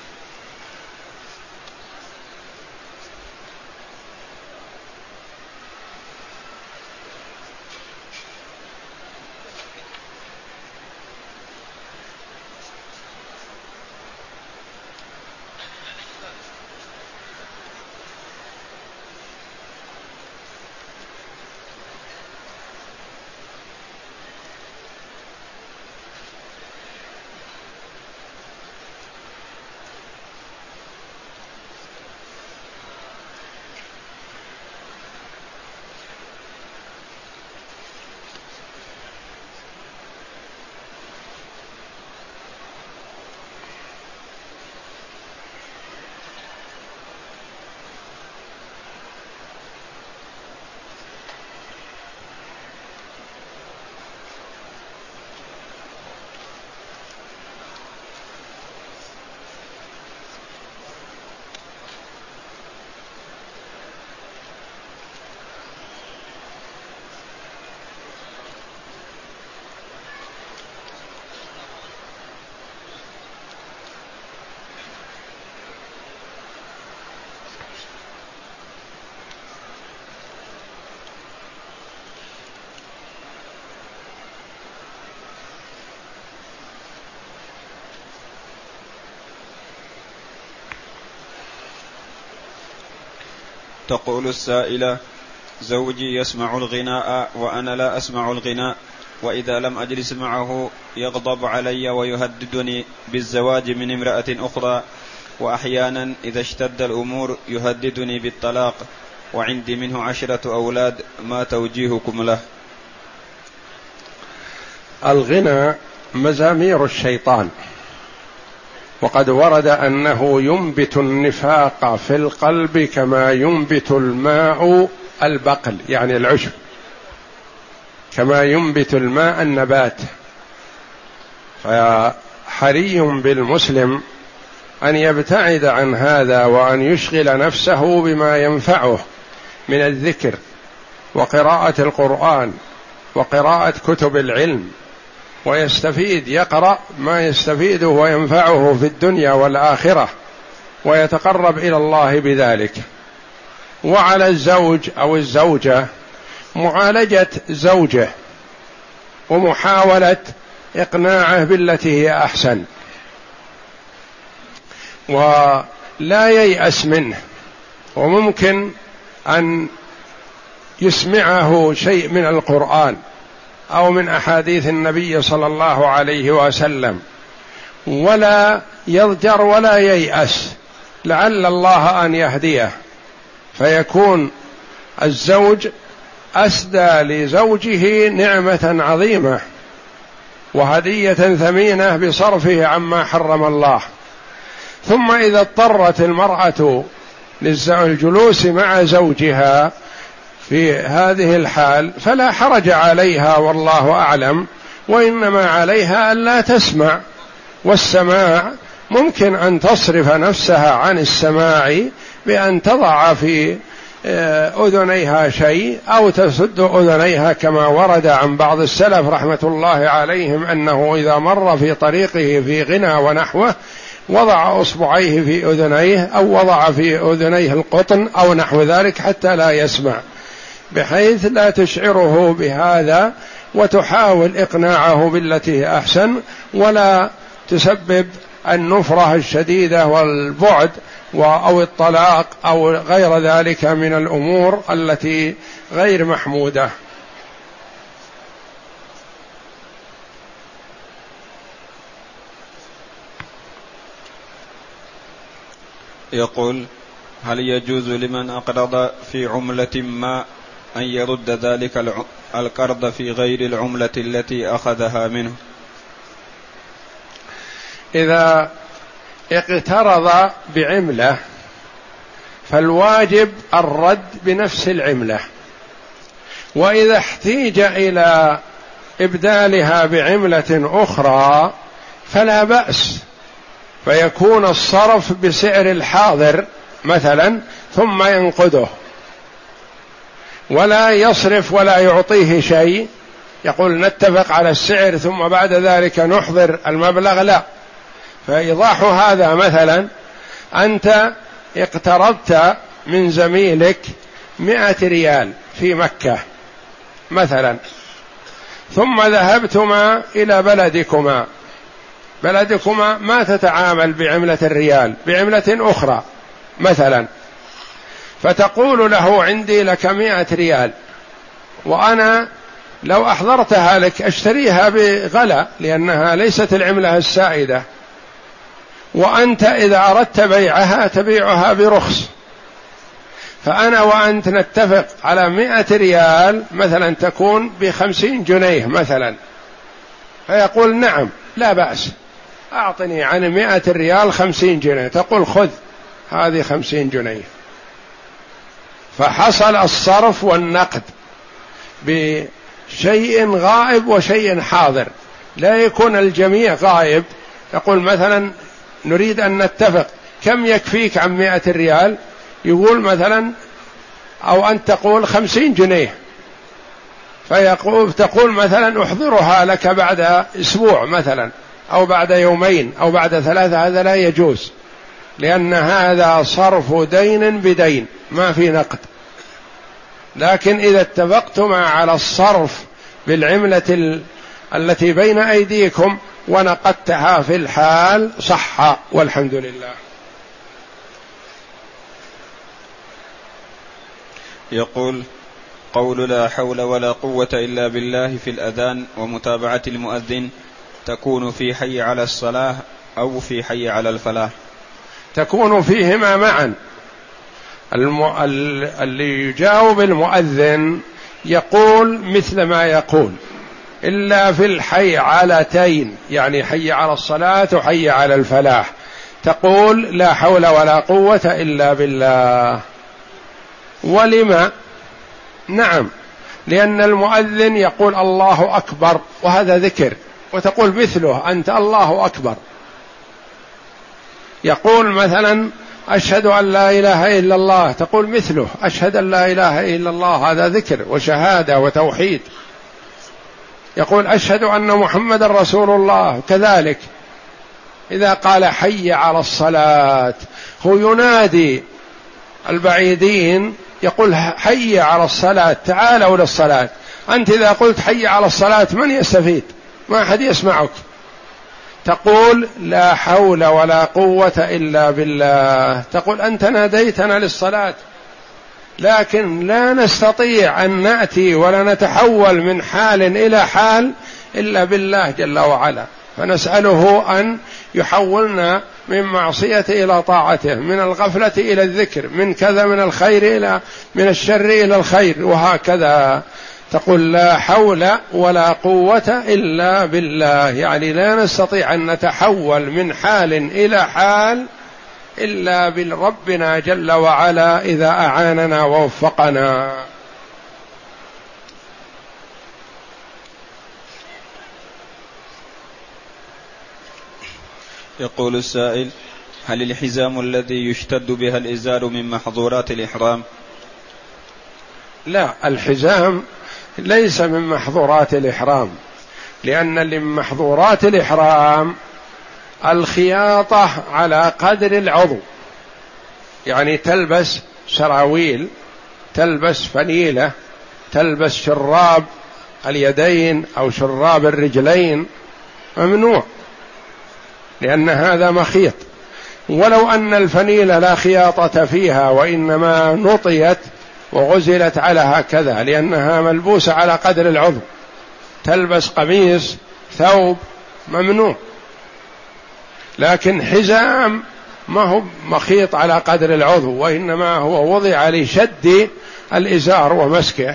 تقول السائلة: زوجي يسمع الغناء وأنا لا أسمع الغناء، وإذا لم أجلس معه يغضب علي ويهددني بالزواج من امرأة أخرى، وأحيانا إذا اشتد الأمور يهددني بالطلاق، وعندي منه 10 أولاد، ما توجيهكم له؟ الغنى مزامير الشيطان، وقد ورد أنه ينبت النفاق في القلب كما ينبت الماء البقل، يعني العشب، كما ينبت الماء النبات. فحري بالمسلم أن يبتعد عن هذا، وأن يشغل نفسه بما ينفعه من الذكر وقراءة القرآن وقراءة كتب العلم، ويستفيد، يقرأ ما يستفيده وينفعه في الدنيا والآخرة، ويتقرب إلى الله بذلك. وعلى الزوج أو الزوجة معالجة زوجه ومحاولة إقناعه بالتي هي أحسن، ولا ييأس منه، وممكن أن يسمعه شيء من القرآن أو من أحاديث النبي صلى الله عليه وسلم، ولا يضجر ولا ييأس، لعل الله أن يهديه، فيكون الزوج أسدى لزوجه نعمة عظيمة وهدية ثمينة بصرفه عما حرم الله. ثم إذا اضطرت المرأة للجلوس مع زوجها في هذه الحال فلا حرج عليها والله أعلم، وإنما عليها ألا تسمع، والسماع ممكن أن تصرف نفسها عن السماع بأن تضع في أذنيها شيء أو تسد أذنيها، كما ورد عن بعض السلف رحمة الله عليهم أنه إذا مر في طريقه في غنى ونحوه وضع أصبعيه في أذنيه أو وضع في أذنيه القطن أو نحو ذلك حتى لا يسمع، بحيث لا تشعره بهذا، وتحاول إقناعه بالتي هي أحسن، ولا تسبب النفرة الشديدة والبعد أو الطلاق أو غير ذلك من الأمور التي غير محمودة. يقول: هل يجوز لمن أقرض في عملة ما أن يرد ذلك القرض في غير العملة التي أخذها منه؟ إذا اقترض بعملة فالواجب الرد بنفس العملة، وإذا احتيج إلى إبدالها بعملة أخرى فلا بأس، فيكون الصرف بسعر الحاضر مثلا ثم ينقده، ولا يصرف ولا يعطيه شيء، يقول نتفق على السعر ثم بعد ذلك نحضر المبلغ، لا. فإيضاح هذا مثلا: أنت اقترضت من زميلك 100 ريال في مكة مثلا، ثم ذهبتما إلى بلدكما ما تتعامل بعملة الريال، بعملة أخرى مثلا، فتقول له عندي لك 100 ريال، وأنا لو أحضرتها لك أشتريها بغلاء لأنها ليست العملة السائدة، وأنت إذا أردت بيعها تبيعها برخص، فأنا وأنت نتفق على 100 ريال مثلا تكون ب50 جنيه مثلا، فيقول نعم لا بأس، أعطني عن 100 ريال 50 جنيه، تقول خذ هذه 50 جنيه، فحصل الصرف والنقد بشيء غائب وشيء حاضر، لا يكون الجميع غائب. يقول مثلا نريد أن نتفق كم يكفيك عن 100 ريال، يقول مثلا أو أن تقول 50 جنيه، تقول مثلا أحضرها لك بعد أسبوع مثلا أو بعد يومين أو بعد 3، هذا لا يجوز، لأن هذا صرف دين بدين ما في نقد. لكن إذا اتفقتما على الصرف بالعملة التي بين أيديكم ونقدتها في الحال صح والحمد لله. يقول: قول لا حول ولا قوة إلا بالله في الأذان ومتابعة المؤذن تكون في حي على الصلاة أو في حي على الفلاح؟ تكون فيهما معا. اللي يجاوب المؤذن يقول مثل ما يقول، إلا في الحي علتين، يعني حي على الصلاة وحي على الفلاح، تقول لا حول ولا قوة إلا بالله. ولما؟ نعم، لأن المؤذن يقول الله أكبر وهذا ذكر، وتقول مثله أنت الله أكبر. يقول مثلا أشهد أن لا إله إلا الله، تقول مثله أشهد أن لا إله إلا الله، هذا ذكر وشهادة وتوحيد. يقول أشهد أن محمد رسول الله، كذلك. إذا قال حي على الصلاة هو ينادي البعيدين، يقول حي على الصلاة، تعالوا للصلاة. أنت إذا قلت حي على الصلاة من يستفيد؟ ما أحد يسمعك. تقول لا حول ولا قوة إلا بالله، تقول أنت ناديتنا للصلاة، لكن لا نستطيع أن نأتي ولا نتحول من حال إلى حال إلا بالله جل وعلا، فنسأله أن يحولنا من معصية إلى طاعته، من الغفلة إلى الذكر، من كذا من الخير إلى من الشر إلى الخير، وهكذا. تقول لا حول ولا قوة إلا بالله، يعني لا نستطيع أن نتحول من حال إلى حال إلا بربنا جل وعلا إذا أعاننا ووفقنا. يقول السائل: هل الحزام الذي يشتد بها الإزار من محظورات الإحرام؟ لا، الحزام ليس من محظورات الإحرام، لأن من محظورات الإحرام الخياطة على قدر العضو، يعني تلبس سراويل، تلبس فنيلة، تلبس شراب اليدين أو شراب الرجلين، ممنوع، لأن هذا مخيط. ولو أن الفنيلة لا خياطة فيها وإنما نطيت وغزلت على هكذا، لأنها ملبوسة على قدر العضو، تلبس قميص ثوب، ممنوع. لكن حزام ما هو مخيط على قدر العضو، وإنما هو وضع لشد الإزار ومسكه،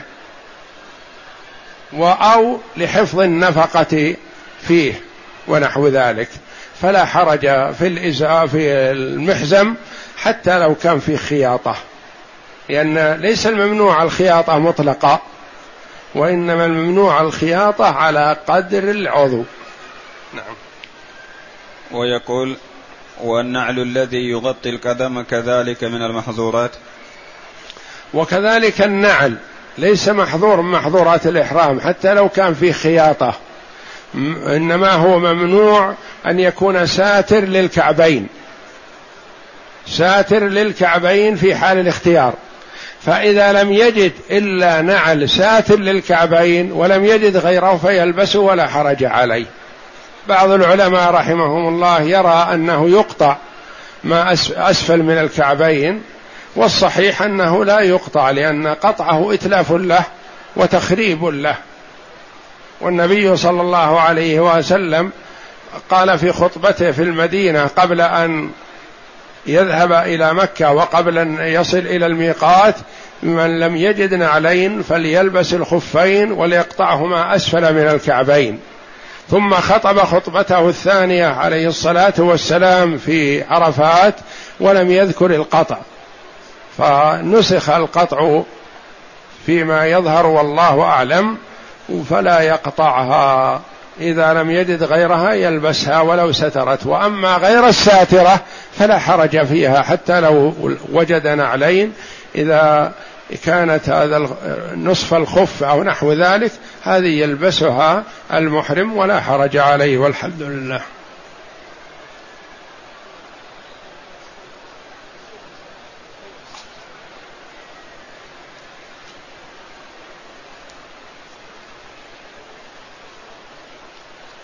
أو لحفظ النفقة فيه ونحو ذلك، فلا حرج في الإزار في المحزم حتى لو كان في خياطة، لأن ليس الممنوع الخياطة مطلقة، وإنما الممنوع الخياطة على قدر العضو. نعم. ويقول: والنعل الذي يغطي القدم كذلك من المحظورات؟ وكذلك النعل ليس محظور من محظورات الإحرام حتى لو كان في خياطة، إنما هو ممنوع أن يكون ساتر للكعبين، ساتر للكعبين في حال الاختيار. فإذا لم يجد إلا نعل ساتر للكعبين ولم يجد غيره فيلبسه ولا حرج عليه. بعض العلماء رحمهم الله يرى أنه يقطع ما أسفل من الكعبين، والصحيح أنه لا يقطع، لأن قطعه إتلاف له وتخريب له. والنبي صلى الله عليه وسلم قال في خطبته في المدينة قبل أن يذهب إلى مكة وقبل أن يصل إلى الميقات: من لم يجد نعلين فليلبس الخفين وليقطعهما أسفل من الكعبين. ثم خطب خطبته الثانية عليه الصلاة والسلام في عرفات ولم يذكر القطع، فنسخ القطع فيما يظهر والله أعلم، فلا يقطعها، إذا لم يجد غيرها يلبسها ولو سترت. وأما غير الساترة فلا حرج فيها حتى لو وجد نعلين، إذا كانت هذا نصف الخف أو نحو ذلك هذه يلبسها المحرم ولا حرج عليه، والحمد لله.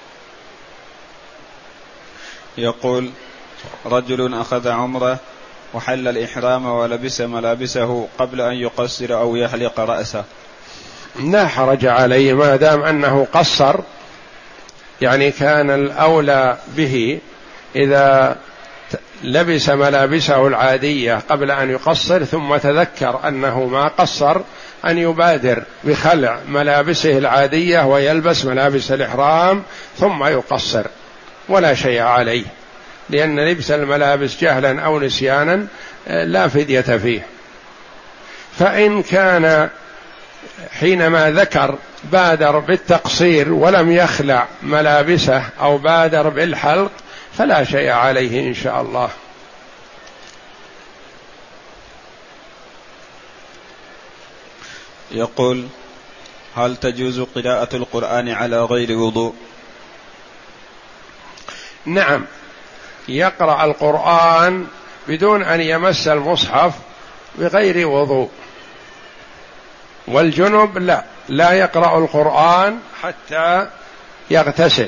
يقول: رجل أخذ عمرة وحل الإحرام ولبس ملابسه قبل أن يقصر أو يحلق رأسه؟ لا حرج عليه ما دام أنه قصر، يعني كان الأولى به إذا لبس ملابسه العادية قبل أن يقصر ثم تذكر أنه ما قصر أن يبادر بخلع ملابسه العادية ويلبس ملابس الإحرام ثم يقصر، ولا شيء عليه، لأن لبس الملابس جهلا أو نسيانا لا فدية فيه. فإن كان حينما ذكر بادر بالتقصير ولم يخلع ملابسه أو بادر بالحلق فلا شيء عليه إن شاء الله. يقول: هل تجوز قراءة القرآن على غير وضوء؟ نعم، يقرأ القرآن بدون أن يمس المصحف بغير وضوء، والجنب لا يقرأ القرآن حتى يغتسل.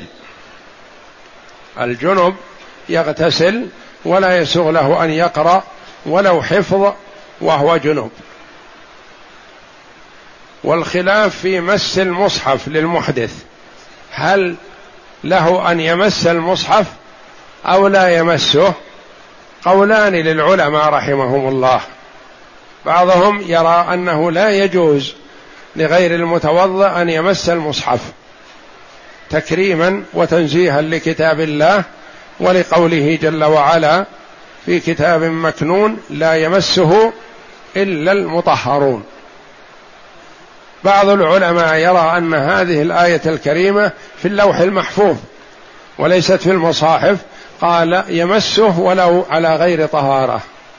الجنب يغتسل ولا يسوغ له أن يقرأ ولو حفظ وهو جنب. والخلاف في مس المصحف للمحدث، هل له أن يمس المصحف أو لا يمسه؟ قولان للعلماء رحمهم الله. بعضهم يرى أنه لا يجوز لغير المتوضئ أن يمس المصحف تكريما وتنزيها لكتاب الله، ولقوله جل وعلا في كتاب مكنون لا يمسه إلا المطهرون. بعض العلماء يرى أن هذه الآية الكريمة في اللوح المحفوظ وليست في المصاحف، قال يمسه ولو على غير طهارة،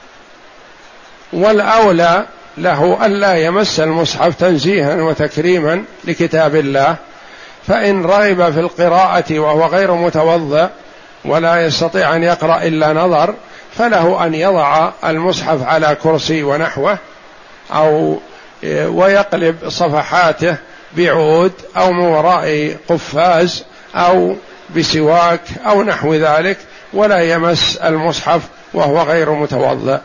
والأولى له ألا يمس المصحف تنزيها وتكريما لكتاب الله. فإن رغب في القراءة وهو غير متوضئ ولا يستطيع أن يقرأ إلا نظر، فله أن يضع المصحف على كرسي ونحوه، أو ويقلب صفحاته بعود أو من وراء قفاز أو بسواك أو نحو ذلك، ولا يمس المصحف وهو غير متوضئ.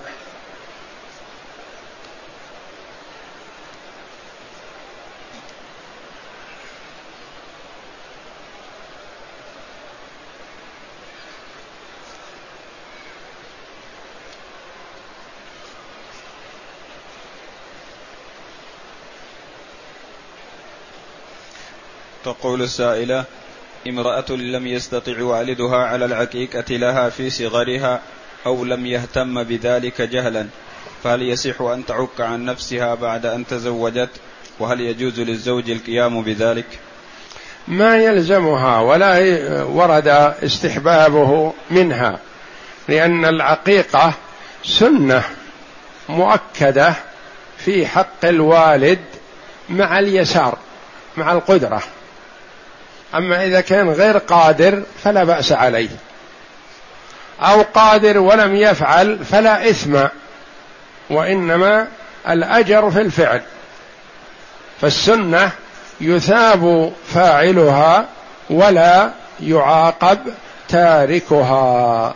تقول السائلة: امرأة لم يستطع والدها على العقيقة لها في صغرها أو لم يهتم بذلك جهلا، فهل يصح أن تعك عن نفسها بعد أن تزوجت؟ وهل يجوز للزوج القيام بذلك؟ ما يلزمها ولا ورد استحبابه منها، لأن العقيقة سنة مؤكدة في حق الوالد مع اليسار مع القدرة. أما إذا كان غير قادر فلا بأس عليه، أو قادر ولم يفعل فلا إثم، وإنما الأجر في الفعل. فالسنة يثاب فاعلها ولا يعاقب تاركها.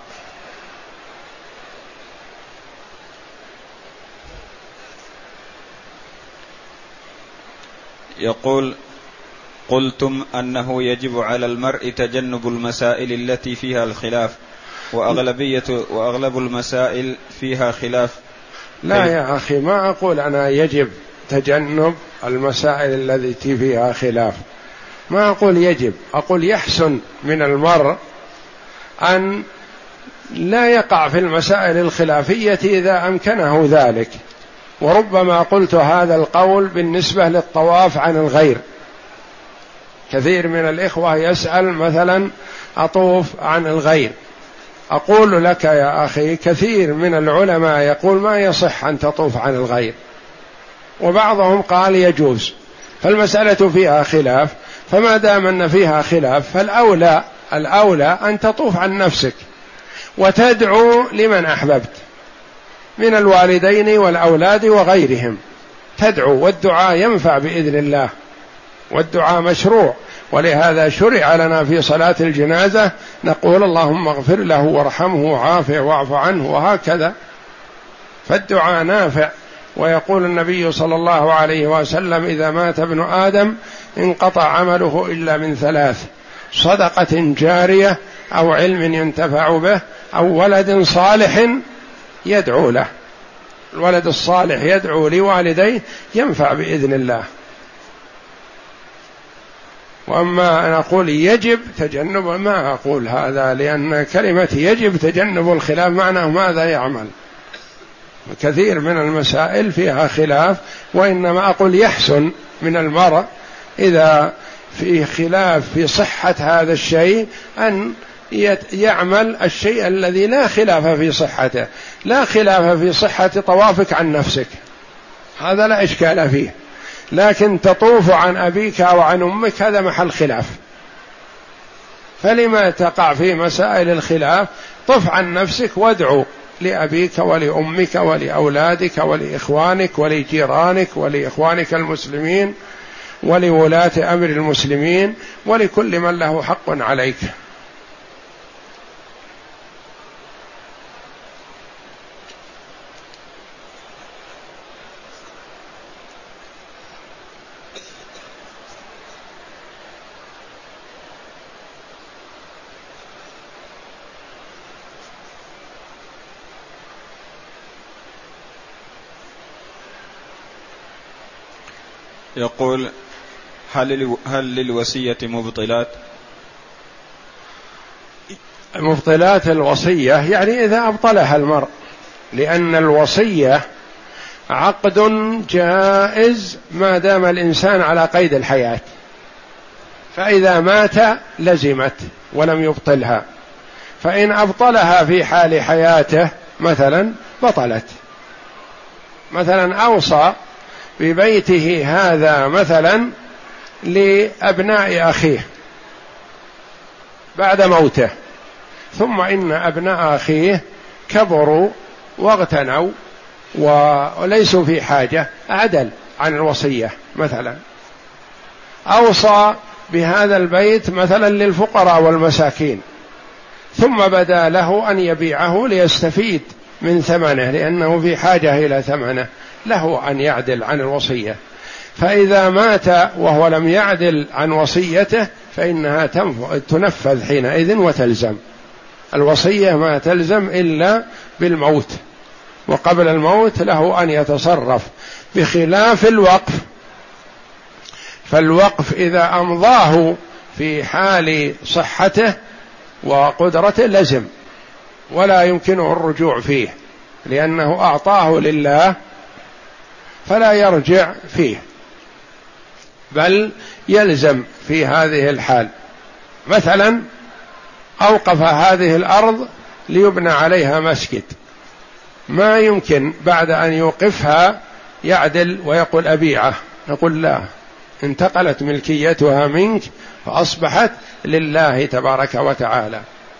يقول: قلتم أنه يجب على المرء تجنب المسائل التي فيها الخلاف، وأغلب المسائل فيها خلاف. لا يا أخي، ما أقول أنا يجب تجنب المسائل التي فيها خلاف، ما أقول يجب، أقول يحسن من المرء أن لا يقع في المسائل الخلافية إذا أمكنه ذلك. وربما قلت هذا القول بالنسبة للطواف عن الغير. كثير من الإخوة يسأل مثلا: أطوف عن الغير؟ أقول لك يا أخي كثير من العلماء يقول ما يصح أن تطوف عن الغير، وبعضهم قال يجوز. فالمسألة فيها خلاف، فما دام أن فيها خلاف فالأولى أن تطوف عن نفسك وتدعو لمن أحببت من الوالدين والأولاد وغيرهم، تدعو، والدعاء ينفع بإذن الله، والدعاء مشروع. ولهذا شرع لنا في صلاة الجنازة نقول: اللهم اغفر له وارحمه وعافه واعف عنه، وهكذا. فالدعاء نافع. ويقول النبي صلى الله عليه وسلم: إذا مات ابن آدم انقطع عمله إلا من ثلاث: صدقة جارية، أو علم ينتفع به، أو ولد صالح يدعو له. الولد الصالح يدعو لوالديه ينفع بإذن الله. وأما أنا أقول يجب تجنب، ما أقول هذا، لأن كلمة يجب تجنب الخلاف معناه ماذا يعمل. كثير من المسائل فيها خلاف، وإنما أقول يحسن من المرء إذا في خلاف في صحة هذا الشيء أن يعمل الشيء الذي لا خلاف في صحته. لا خلاف في صحة طوافك عن نفسك، هذا لا إشكال فيه، لكن تطوف عن أبيك أو عن أمك هذا محل خلاف. فلما تقع في مسائل الخلاف؟ طف عن نفسك وادعو لأبيك ولأمك ولأولادك ولإخوانك ولجيرانك ولإخوانك المسلمين ولولاة أمر المسلمين ولكل من له حق عليك. يقول: هل للوصية مبطلات؟ مبطلات الوصية يعني إذا أبطلها المرء، لأن الوصية عقد جائز ما دام الإنسان على قيد الحياة، فإذا مات لزمت ولم يبطلها. فإن أبطلها في حال حياته مثلا بطلت. مثلا أوصى ببيته هذا مثلا لأبناء أخيه بعد موته، ثم إن أبناء أخيه كبروا واغتنوا وليسوا في حاجة، عدل عن الوصية. مثلا أوصى بهذا البيت مثلا للفقراء والمساكين، ثم بدا له أن يبيعه ليستفيد من ثمنه لأنه في حاجة إلى ثمنه، له أن يعدل عن الوصية. فإذا مات وهو لم يعدل عن وصيته فإنها تنفذ حينئذ وتلزم. الوصية ما تلزم إلا بالموت، وقبل الموت له أن يتصرف، بخلاف الوقف. فالوقف إذا أمضاه في حال صحته وقدرته لزم ولا يمكنه الرجوع فيه، لأنه أعطاه لله فلا يرجع فيه، بل يلزم في هذه الحال. مثلا أوقف هذه الأرض ليبنى عليها مسجد، ما يمكن بعد أن يوقفها يعدل ويقول أبيعه، نقول لا، انتقلت ملكيتها منك فأصبحت لله تبارك وتعالى.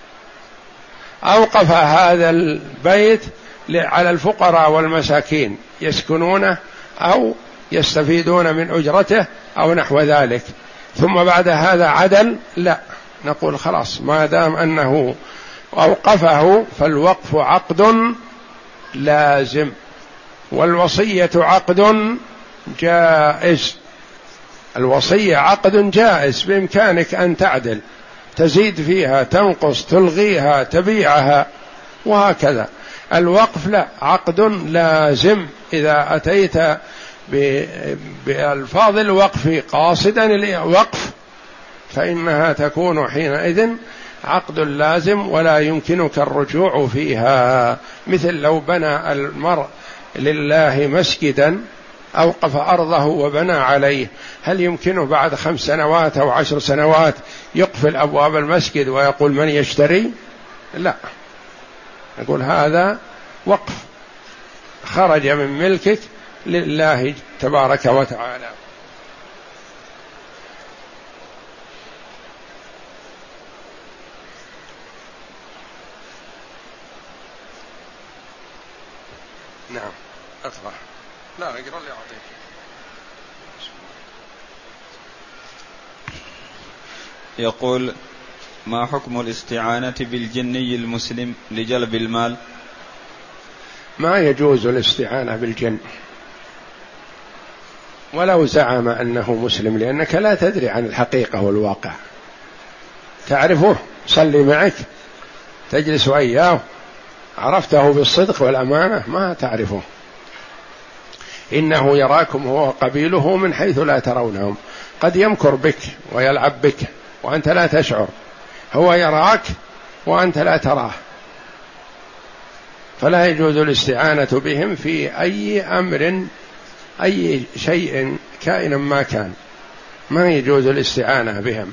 أوقف هذا البيت على الفقراء والمساكين يسكنونه أو يستفيدون من أجرته أو نحو ذلك، ثم بعد هذا عدل، لا، نقول خلاص ما دام أنه أوقفه فالوقف عقد لازم، والوصية عقد جائز. الوصية عقد جائز بإمكانك أن تعدل، تزيد فيها، تنقص، تلغيها، تبيعها، وهكذا. الوقف لا، عقد لازم. إذا أتيت بألفاظ الوقف قاصدا الوقف فإنها تكون حينئذ عقد لازم ولا يمكنك الرجوع فيها. مثل لو بنى المرء لله مسجدا، أوقف أرضه وبنى عليه، هل يمكنه بعد 5 سنوات أو 10 سنوات يقفل أبواب المسجد ويقول من يشتري؟ لا، نقول هذا وقف خرج من ملكك لله تبارك وتعالى. نعم، أقرأ. لا، اقرأ لي أعطيك. يقول: ما حكم الاستعانة بالجني المسلم لجلب المال؟ ما يجوز الاستعانة بالجن ولو زعم أنه مسلم، لأنك لا تدري عن الحقيقة والواقع. تعرفه صلي معك تجلس وإياه، عرفته بالصدق والأمانة؟ ما تعرفه. إنه يراكم هو وقبيله من حيث لا ترونهم. قد يمكر بك ويلعب بك وأنت لا تشعر، هو يراك وأنت لا تراه. فلا يجوز الاستعانة بهم في أي أمر، أي شيء كائنا ما كان، ما يجوز الاستعانة بهم.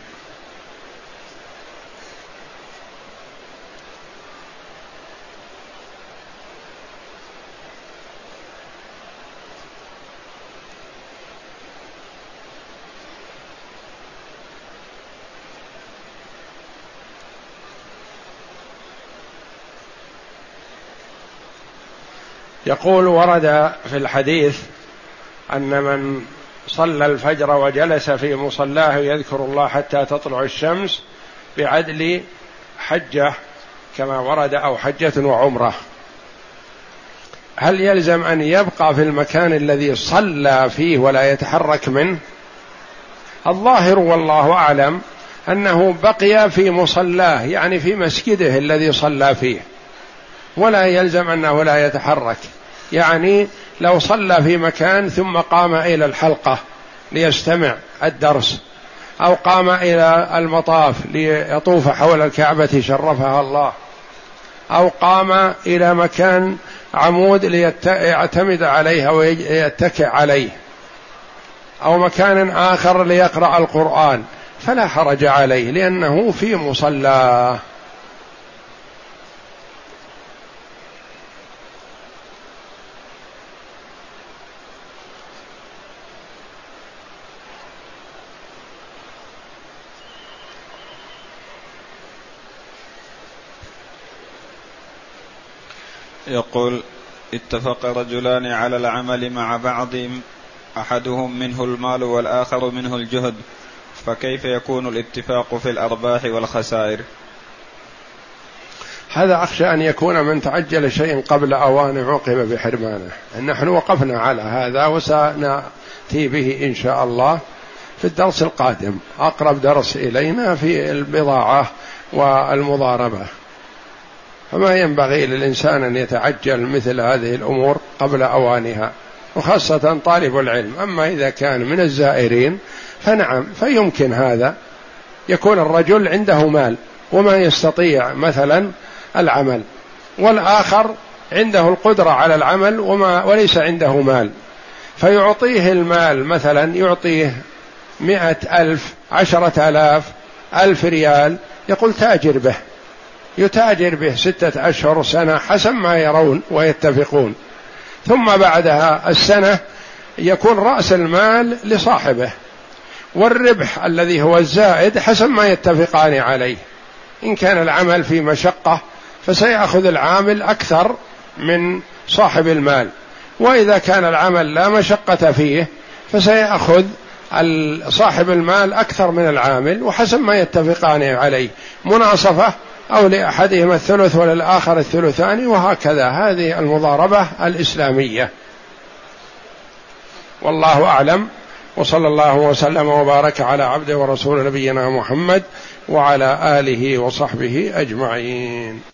يقول: ورد في الحديث أن من صلى الفجر وجلس في مصلاه يذكر الله حتى تطلع الشمس بعدل حجة كما ورد، أو حجة وعمرة. هل يلزم أن يبقى في المكان الذي صلى فيه ولا يتحرك منه؟ الظاهر والله أعلم أنه بقي في مصلاه، يعني في مسجده الذي صلى فيه، ولا يلزم أنه لا يتحرك. يعني لو صلى في مكان ثم قام إلى الحلقة ليستمع الدرس، أو قام إلى المطاف ليطوف حول الكعبة شرفها الله، أو قام إلى مكان عمود ليعتمد عليه أو يتكئ عليه، أو مكان آخر ليقرأ القرآن، فلا حرج عليه لأنه في مصلاه. يقول: اتفق رجلان على العمل مع بعضهم، أحدهم منه المال والآخر منه الجهد، فكيف يكون الاتفاق في الأرباح والخسائر؟ هذا أخشى أن يكون من تعجل شيء قبل أوان عوقب بحرمانه. نحن وقفنا على هذا وسنأتي به إن شاء الله في الدرس القادم، أقرب درس إلينا في البضاعة والمضاربة. فما ينبغي للإنسان أن يتعجل مثل هذه الأمور قبل أوانها، وخاصة طالب العلم. أما إذا كان من الزائرين فنعم، فيمكن هذا، يكون الرجل عنده مال وما يستطيع مثلا العمل، والآخر عنده القدرة على العمل وليس عنده مال، فيعطيه المال، مثلا يعطيه 100,000 10,000 1,000 ريال، يقول تاجر به، يتاجر به 6 أشهر سنة حسب ما يرون ويتفقون، ثم بعدها السنة يكون رأس المال لصاحبه، والربح الذي هو الزائد حسب ما يتفقان عليه. إن كان العمل في مشقة فسيأخذ العامل أكثر من صاحب المال، وإذا كان العمل لا مشقة فيه فسيأخذ صاحب المال أكثر من العامل، وحسب ما يتفقان عليه، مناصفة، أو لأحدهما الثلث وللآخر الثلثان، وهكذا. هذه المضاربة الإسلامية، والله أعلم. وصلى الله وسلم وبارك على عبده ورسول نبينا محمد وعلى آله وصحبه أجمعين.